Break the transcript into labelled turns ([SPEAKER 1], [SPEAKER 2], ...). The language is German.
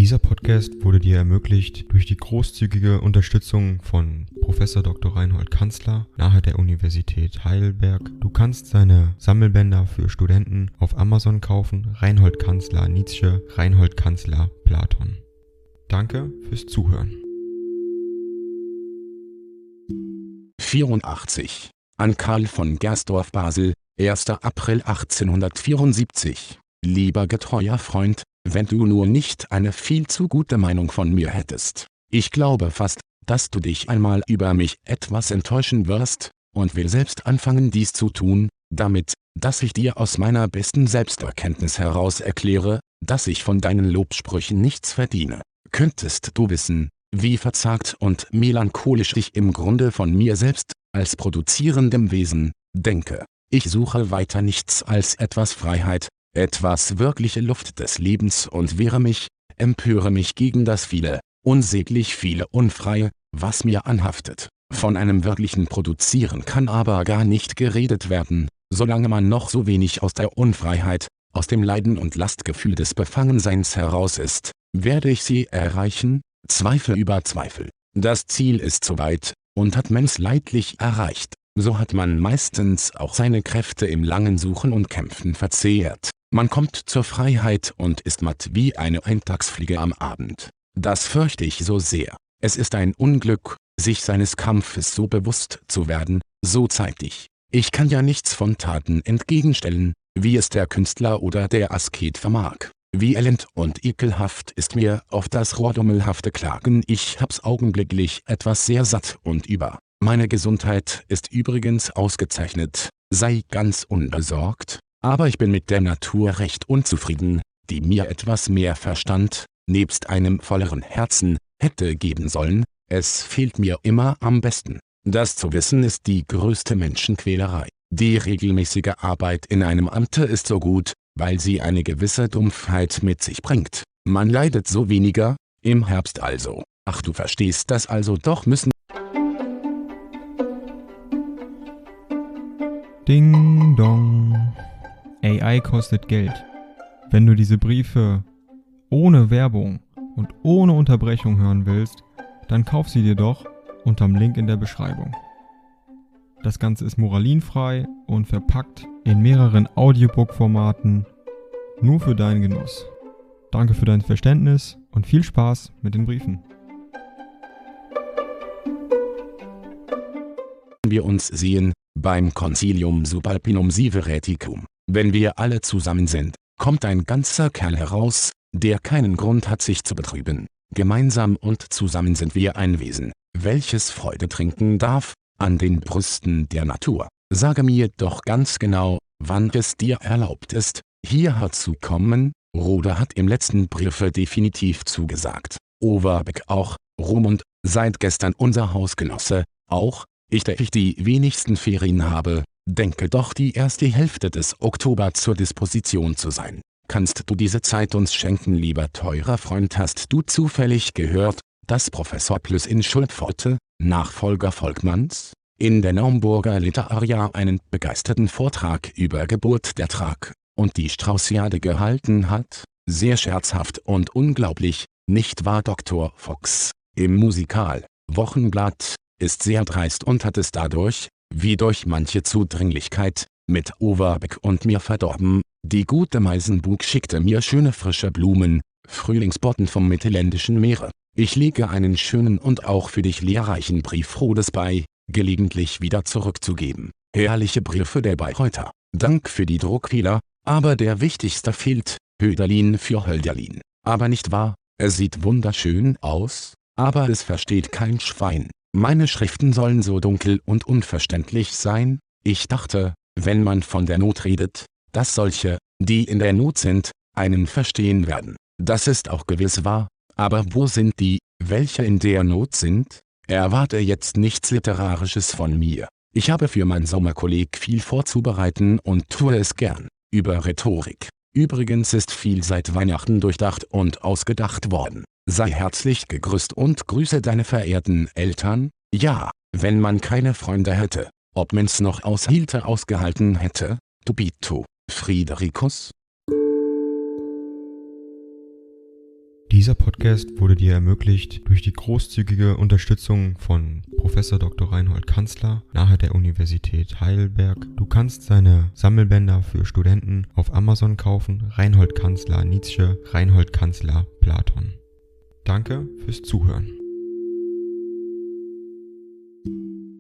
[SPEAKER 1] Dieser Podcast wurde dir ermöglicht durch die großzügige Unterstützung von Prof. Dr. Reinhold Kanzler nahe der Universität Heidelberg. Du kannst seine Sammelbänder für Studenten auf Amazon kaufen. Reinhold Kanzler Nietzsche, Reinhold Kanzler Platon. Danke fürs Zuhören.
[SPEAKER 2] 84. An Karl von Gersdorff, Basel, 1. April 1874. Lieber getreuer Freund, wenn du nur nicht eine viel zu gute Meinung von mir hättest. Ich glaube fast, dass du dich einmal über mich etwas enttäuschen wirst, und will selbst anfangen dies zu tun, damit, dass ich dir aus meiner besten Selbsterkenntnis heraus erkläre, dass ich von deinen Lobsprüchen nichts verdiene. Könntest du wissen, wie verzagt und melancholisch ich im Grunde von mir selbst, als produzierendem Wesen, denke. Ich suche weiter nichts als etwas Freiheit, etwas wirkliche Luft des Lebens und empöre mich gegen das viele, unsäglich viele Unfreie, was mir anhaftet. Von einem wirklichen Produzieren kann aber gar nicht geredet werden, solange man noch so wenig aus der Unfreiheit, aus dem Leiden und Lastgefühl des Befangenseins heraus ist. Werde ich sie erreichen? Zweifel über Zweifel. Das Ziel ist so weit, und hat man's leidlich erreicht, so hat man meistens auch seine Kräfte im langen Suchen und Kämpfen verzehrt. Man kommt zur Freiheit und ist matt wie eine Eintagsfliege am Abend. Das fürchte ich so sehr. Es ist ein Unglück, sich seines Kampfes so bewusst zu werden, so zeitig. Ich kann ja nichts von Taten entgegenstellen, wie es der Künstler oder der Asket vermag. Wie elend und ekelhaft ist mir auf das rohrdummelhafte Klagen. Ich hab's augenblicklich etwas sehr satt und über. Meine Gesundheit ist übrigens ausgezeichnet, sei ganz unbesorgt, aber ich bin mit der Natur recht unzufrieden, die mir etwas mehr Verstand, nebst einem volleren Herzen, hätte geben sollen. Es fehlt mir immer am besten. Das zu wissen ist die größte Menschenquälerei. Die regelmäßige Arbeit in einem Amte ist so gut, weil sie eine gewisse Dumpfheit mit sich bringt. Man leidet so weniger, im Herbst also. Ach, du verstehst das also doch müssen.
[SPEAKER 1] Ding dong. AI kostet Geld. Wenn du diese Briefe ohne Werbung und ohne Unterbrechung hören willst, dann kauf sie dir doch unterm Link in der Beschreibung. Das Ganze ist moralinfrei und verpackt in mehreren Audiobook-Formaten nur für deinen Genuss. Danke für dein Verständnis und viel Spaß mit den Briefen.
[SPEAKER 2] Wir uns sehen, beim Concilium Subalpinum Sievereticum. Wenn wir alle zusammen sind, kommt ein ganzer Kerl heraus, der keinen Grund hat sich zu betrüben. Gemeinsam und zusammen sind wir ein Wesen, welches Freude trinken darf, an den Brüsten der Natur. Sage mir doch ganz genau, wann es dir erlaubt ist, hierher zu kommen. Roder hat im letzten Briefe definitiv zugesagt. Overbeck auch, Romund, seit gestern unser Hausgenosse, auch, da ich die wenigsten Ferien habe, denke doch die erste Hälfte des Oktober zur Disposition zu sein. Kannst du diese Zeit uns schenken, lieber teurer Freund? Hast du zufällig gehört, dass Professor Plüss in Schulpforte, Nachfolger Volkmanns, in der Naumburger Literaria einen begeisterten Vortrag über Geburt der Trag und die Straußiade gehalten hat? Sehr scherzhaft und unglaublich, nicht wahr, Dr. Fox? Im Musikal-Wochenblatt ist sehr dreist und hat es dadurch, wie durch manche Zudringlichkeit, mit Overbeck und mir verdorben. Die gute Meisenbug schickte mir schöne frische Blumen, Frühlingsbotten vom mittelländischen Meere. Ich lege einen schönen und auch für dich lehrreichen Brief Rodes bei, gelegentlich wieder zurückzugeben. Herrliche Briefe der Bayreuther. Dank für die Druckfehler, aber der wichtigste fehlt, Hölderlin für Hölderlin. Aber nicht wahr, es sieht wunderschön aus, aber es versteht kein Schwein. Meine Schriften sollen so dunkel und unverständlich sein? Ich dachte, wenn man von der Not redet, dass solche, die in der Not sind, einen verstehen werden. Das ist auch gewiss wahr, aber wo sind die, welche in der Not sind? Erwarte jetzt nichts Literarisches von mir. Ich habe für mein Sommerkolleg viel vorzubereiten und tue es gern. Über Rhetorik. Übrigens ist viel seit Weihnachten durchdacht und ausgedacht worden. Sei herzlich gegrüßt und grüße deine verehrten Eltern. Ja, wenn man keine Freunde hätte, ob man's noch ausgehalten hätte, Dubito, Friedericus.
[SPEAKER 1] Dieser Podcast wurde dir ermöglicht durch die großzügige Unterstützung von Professor Dr. Reinhold Kanzler nahe der Universität Heidelberg. Du kannst seine Sammelbänder für Studenten auf Amazon kaufen. Reinhold Kanzler Nietzsche, Reinhold Kanzler Platon. Danke fürs Zuhören.